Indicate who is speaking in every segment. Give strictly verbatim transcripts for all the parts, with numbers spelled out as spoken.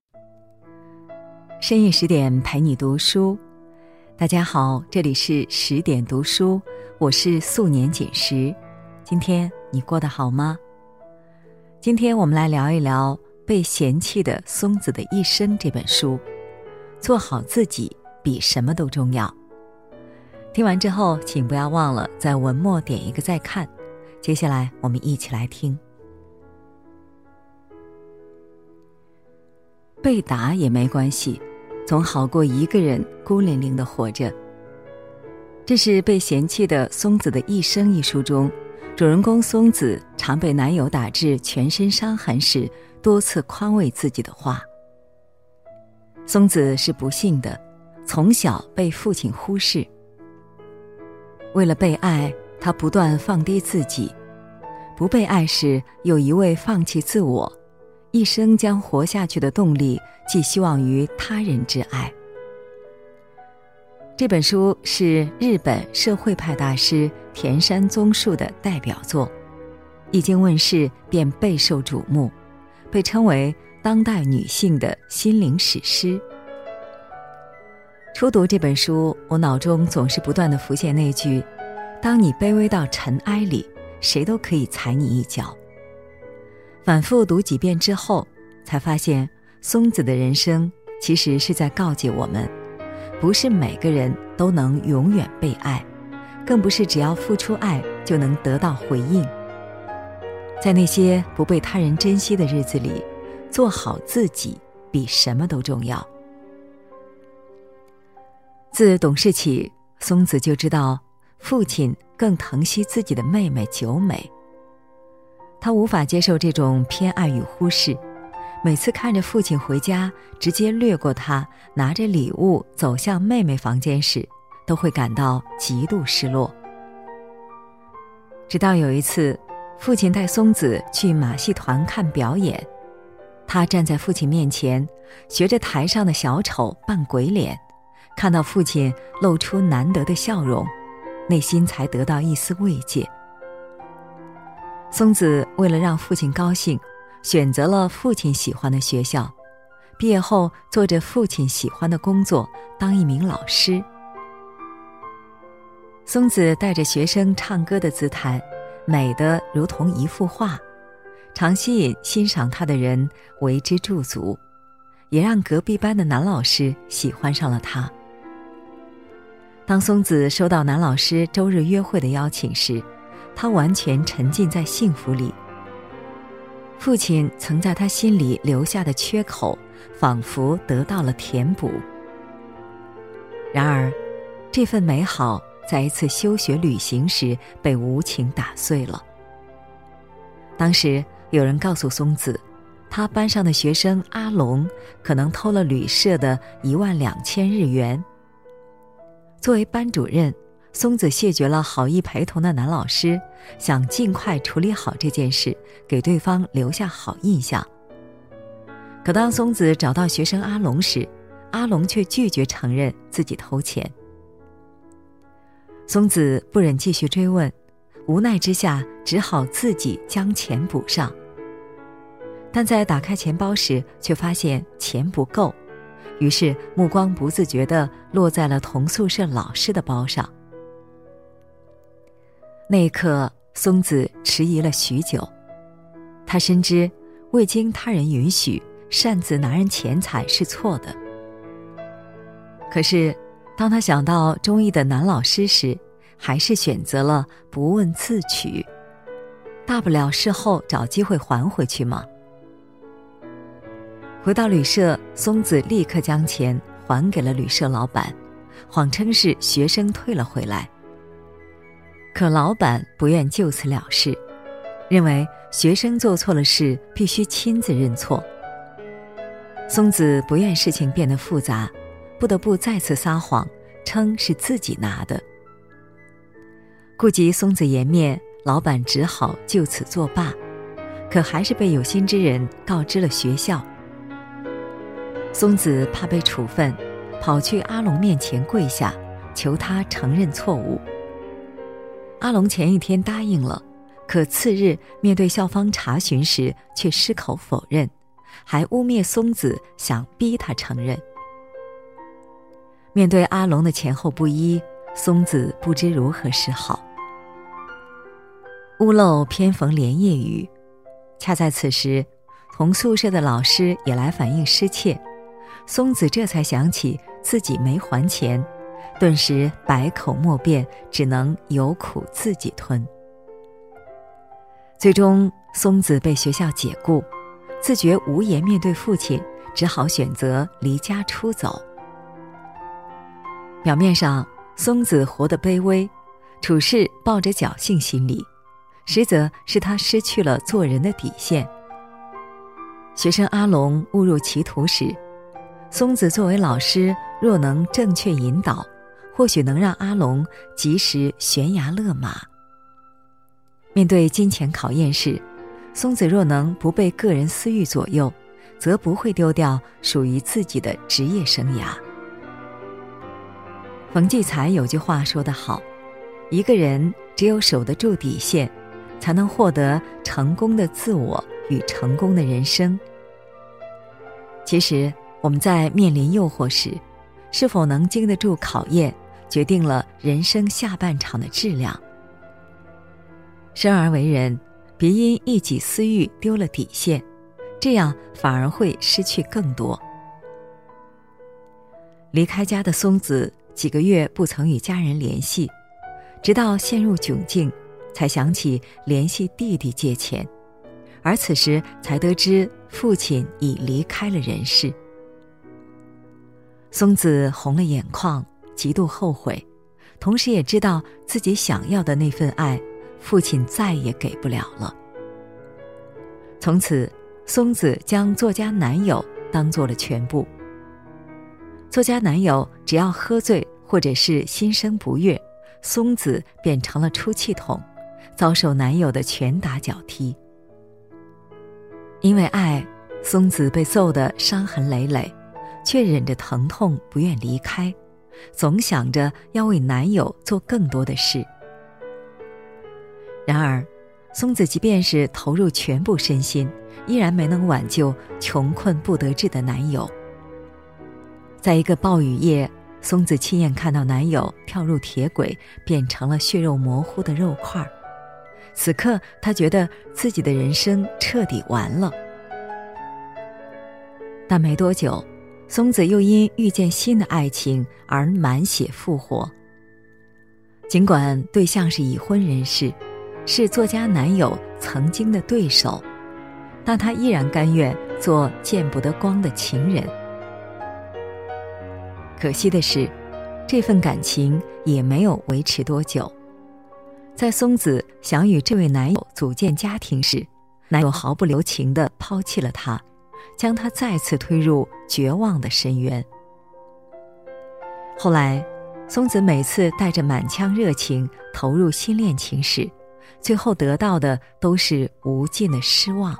Speaker 1: 深夜十点陪你读书，大家好，这里是十点读书，我是素年锦时。今天你过得好吗？今天我们来聊一聊《被嫌弃的松子的一生》这本书。做好自己比什么都重要。听完之后，请不要忘了在文末点一个再看。接下来我们一起来听。被打也没关系，总好过一个人孤零零地活着。这是《被嫌弃的松子的一生》一书中，主人公松子常被男友打至全身伤痕时多次宽慰自己的话。松子是不幸的，从小被父亲忽视。为了被爱，他不断放低自己，不被爱时又一味放弃自我，一生将活下去的动力寄希望于他人之爱。这本书是日本社会派大师田山宗树的代表作，一经问世便备受瞩目，被称为当代女性的心灵史诗。初读这本书，我脑中总是不断地浮现那句：当你卑微到尘埃里，谁都可以踩你一脚。反复读几遍之后，才发现松子的人生其实是在告诫我们，不是每个人都能永远被爱，更不是只要付出爱就能得到回应。在那些不被他人珍惜的日子里，做好自己比什么都重要。自懂事起，松子就知道父亲更疼惜自己的妹妹久美。他无法接受这种偏爱与忽视，每次看着父亲回家直接掠过他，拿着礼物走向妹妹房间时，都会感到极度失落。直到有一次，父亲带松子去马戏团看表演，他站在父亲面前，学着台上的小丑扮鬼脸，看到父亲露出难得的笑容，内心才得到一丝慰藉。松子为了让父亲高兴，选择了父亲喜欢的学校，毕业后做着父亲喜欢的工作，当一名老师。松子带着学生唱歌的姿态，美得如同一幅画，常吸引欣赏她的人为之驻足，也让隔壁班的男老师喜欢上了她。当松子收到男老师周日约会的邀请时，她完全沉浸在幸福里。父亲曾在她心里留下的缺口，仿佛得到了填补。然而，这份美好在一次休学旅行时被无情打碎了。当时有人告诉松子，他班上的学生阿龙可能偷了旅社的一万两千日元。作为班主任，松子谢绝了好意陪同的男老师，想尽快处理好这件事，给对方留下好印象。可当松子找到学生阿龙时，阿龙却拒绝承认自己偷钱。松子不忍继续追问，无奈之下只好自己将钱补上。但在打开钱包时，却发现钱不够，于是目光不自觉地落在了同宿舍老师的包上。那一刻，松子迟疑了许久。他深知未经他人允许擅自拿人钱财是错的。可是当他想到中意的男老师时，还是选择了不问自取。大不了事后找机会还回去嘛。回到旅社，松子立刻将钱还给了旅社老板，谎称是学生退了回来。可老板不愿就此了事，认为学生做错了事必须亲自认错。松子不愿事情变得复杂，不得不再次撒谎，称是自己拿的。顾及松子颜面，老板只好就此作罢，可还是被有心之人告知了学校。松子怕被处分，跑去阿龙面前跪下，求他承认错误。阿龙前一天答应了，可次日面对校方查询时却矢口否认， 还污蔑松子想逼他承认。面对阿龙的前后不一，松子不知如何是好。屋漏偏逢连夜雨，恰在此时，同宿舍的老师也来反映失窃，松子这才想起自己没还钱，顿时百口莫辩，只能有苦自己吞。最终松子被学校解雇，自觉无颜面对父亲，只好选择离家出走。表面上松子活得卑微，处事抱着侥幸心理，实则是他失去了做人的底线。学生阿龙误入歧途时，松子作为老师，若能正确引导，或许能让阿龙及时悬崖勒马。面对金钱考验时，松子若能不被个人私欲左右，则不会丢掉属于自己的职业生涯。冯骥才有句话说得好，一个人只有守得住底线，才能获得成功的自我与成功的人生。其实我们在面临诱惑时，是否能经得住考验，决定了人生下半场的质量。生而为人，别因一己私欲丢了底线，这样反而会失去更多。离开家的松子几个月不曾与家人联系，直到陷入窘境，才想起联系弟弟借钱，而此时才得知父亲已离开了人世。松子红了眼眶，极度后悔，同时也知道自己想要的那份爱，父亲再也给不了了。从此，松子将作家男友当做了全部。作家男友只要喝醉或者是心生不悦，松子便成了出气筒，遭受男友的拳打脚踢。因为爱，松子被揍得伤痕累累，却忍着疼痛不愿离开，总想着要为男友做更多的事。然而松子即便是投入全部身心，依然没能挽救穷困不得志的男友。在一个暴雨夜，松子亲眼看到男友跳入铁轨，变成了血肉模糊的肉块。此刻她觉得自己的人生彻底完了。但没多久，松子又因遇见新的爱情而满血复活。尽管对象是已婚人士，是作家男友曾经的对手，但她依然甘愿做见不得光的情人。可惜的是，这份感情也没有维持多久。在松子想与这位男友组建家庭时，男友毫不留情地抛弃了她，将她再次推入绝望的深渊。后来，松子每次带着满腔热情投入新恋情时，最后得到的都是无尽的失望。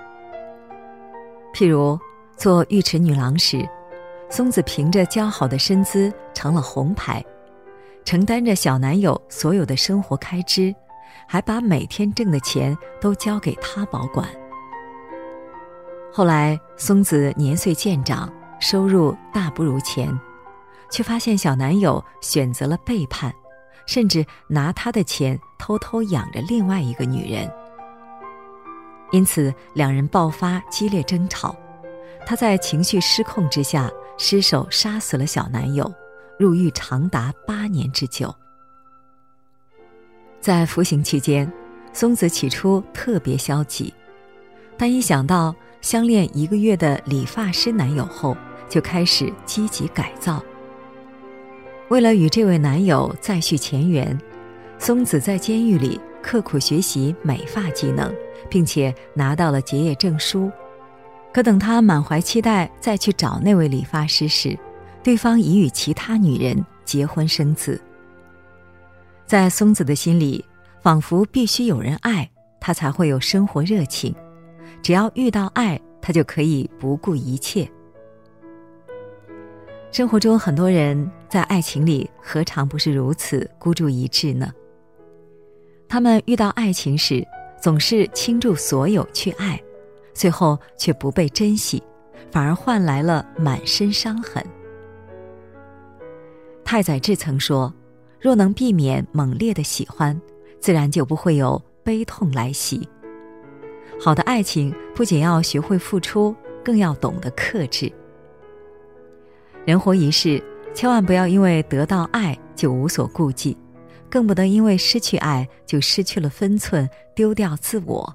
Speaker 1: 譬如做尉迟女郎时，松子凭着姣好的身姿成了红牌，承担着小男友所有的生活开支，还把每天挣的钱都交给他保管。后来松子年岁渐长，收入大不如前，却发现小男友选择了背叛，甚至拿他的钱偷偷养着另外一个女人。因此两人爆发激烈争吵，她在情绪失控之下失手杀死了小男友，入狱长达八年之久。在服刑期间，松子起初特别消极，但一想到相恋一个月的理发师男友后，就开始积极改造。为了与这位男友再续前缘，松子在监狱里刻苦学习美发技能，并且拿到了结业证书。可等他满怀期待再去找那位理发师时，对方已与其他女人结婚生子。在松子的心里，仿佛必须有人爱他才会有生活热情，只要遇到爱，他就可以不顾一切。生活中很多人在爱情里何尝不是如此孤注一掷呢？他们遇到爱情时，总是倾注所有去爱， 最后却不被珍惜，反而换来了满身伤痕。太宰治曾说，若能避免猛烈的喜欢，自然就不会有悲痛来袭。好的爱情不仅要学会付出，更要懂得克制。人活一世，千万不要因为得到爱就无所顾忌，更不能因为失去爱就失去了分寸，丢掉自我。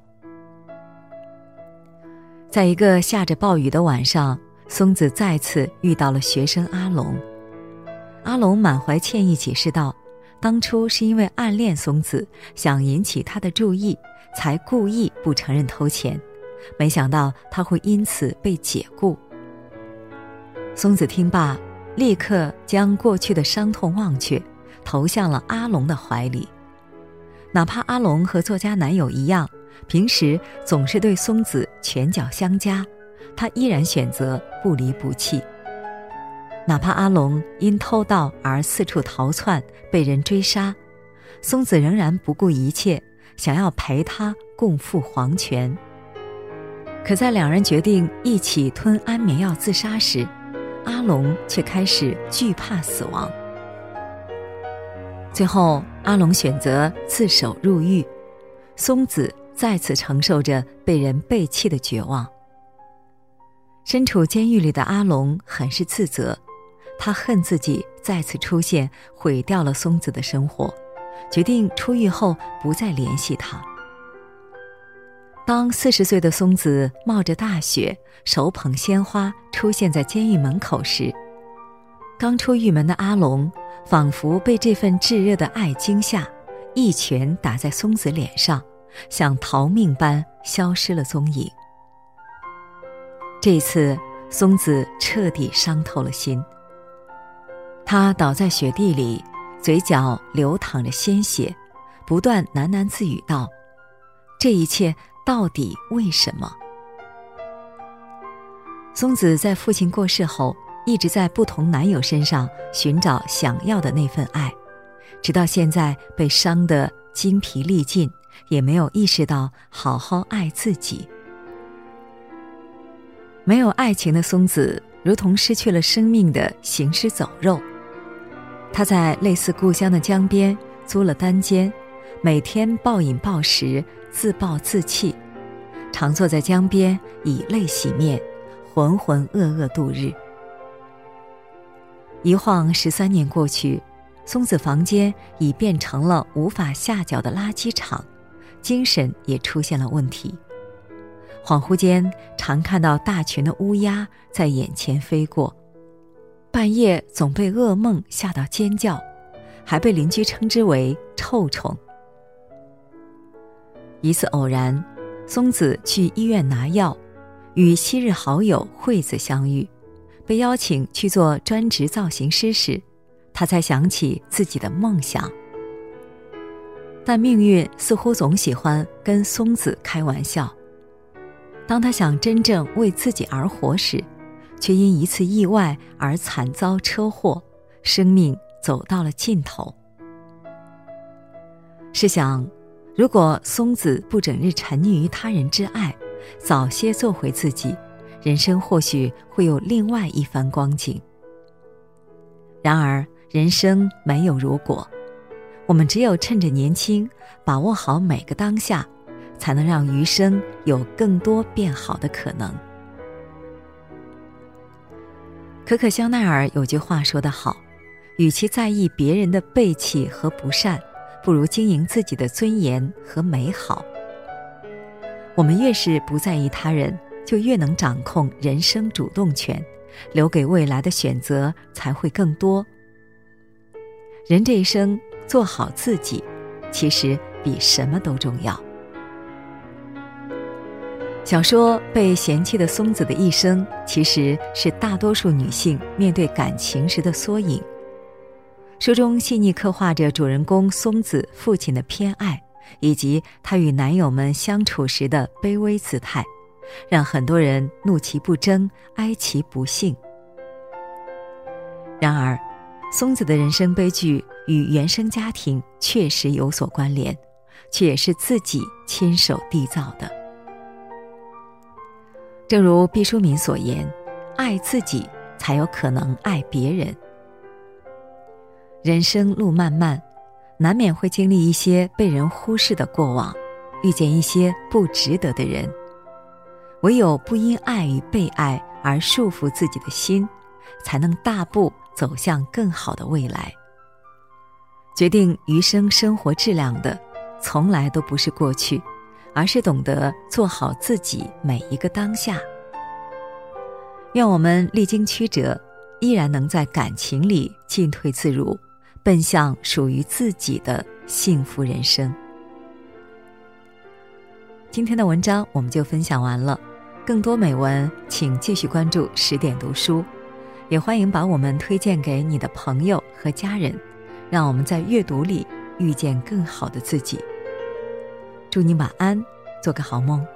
Speaker 1: 在一个下着暴雨的晚上，松子再次遇到了学生阿龙。阿龙满怀歉意解释道，当初是因为暗恋松子，想引起她的注意，才故意不承认偷钱，没想到他会因此被解雇。松子听罢，立刻将过去的伤痛忘却，投向了阿龙的怀里。哪怕阿龙和作家男友一样，平时总是对松子拳脚相加，他依然选择不离不弃。哪怕阿龙因偷盗而四处逃窜，被人追杀，松子仍然不顾一切，想要陪他共赴黄泉。可在两人决定一起吞安眠药自杀时，阿龙却开始惧怕死亡。最后，阿龙选择自首入狱，松子再次承受着被人背弃的绝望。身处监狱里的阿龙很是自责，他恨自己再次出现，毁掉了松子的生活，决定出狱后不再联系他。当四十岁的松子冒着大雪，手捧鲜花出现在监狱门口时，刚出狱门的阿龙仿佛被这份炙热的爱惊吓，一拳打在松子脸上，像逃命般消失了踪影。这一次，松子彻底伤透了心，他倒在雪地里，嘴角流淌着鲜血，不断喃喃自语道：这一切到底为什么？松子在父亲过世后，一直在不同男友身上寻找想要的那份爱，直到现在被伤得精疲力尽，也没有意识到好好爱自己。没有爱情的松子，如同失去了生命的行尸走肉。他在类似故乡的江边租了单间，每天暴饮暴食，自暴自弃，常坐在江边以泪洗面，浑浑噩噩度日。一晃十三年过去，松子房间已变成了无法下脚的垃圾场，精神也出现了问题。恍惚间，常看到大群的乌鸦在眼前飞过，半夜总被噩梦吓到尖叫，还被邻居称之为臭虫。一次偶然，松子去医院拿药，与昔日好友惠子相遇，被邀请去做专职造型师时，他才想起自己的梦想。但命运似乎总喜欢跟松子开玩笑，当他想真正为自己而活时，却因一次意外而惨遭车祸，生命走到了尽头。试想，如果松子不整日沉溺于他人之爱，早些做回自己，人生或许会有另外一番光景。然而，人生没有如果，我们只有趁着年轻，把握好每个当下，才能让余生有更多变好的可能。可可香奈儿有句话说得好，与其在意别人的背弃和不善，不如经营自己的尊严和美好。我们越是不在意他人，就越能掌控人生主动权，留给未来的选择才会更多。人这一生做好自己，其实比什么都重要。小说《被嫌弃的松子的一生》其实是大多数女性面对感情时的缩影。书中细腻刻画着主人公松子父亲的偏爱，以及她与男友们相处时的卑微姿态，让很多人怒其不争，哀其不幸。然而，松子的人生悲剧与原生家庭确实有所关联，却也是自己亲手缔造的。 正如毕淑敏所言，爱自己才有可能爱别人。人生路漫漫，难免会经历一些被人忽视的过往，遇见一些不值得的人。唯有不因爱与被爱而束缚自己的心，才能大步走向更好的未来。决定余生生活质量的，从来都不是过去，而是懂得做好自己每一个当下。愿我们历经曲折，依然能在感情里进退自如，奔向属于自己的幸福人生。今天的文章我们就分享完了，更多美文请继续关注十点读书，也欢迎把我们推荐给你的朋友和家人，让我们在阅读里遇见更好的自己。祝你晚安，做个好梦。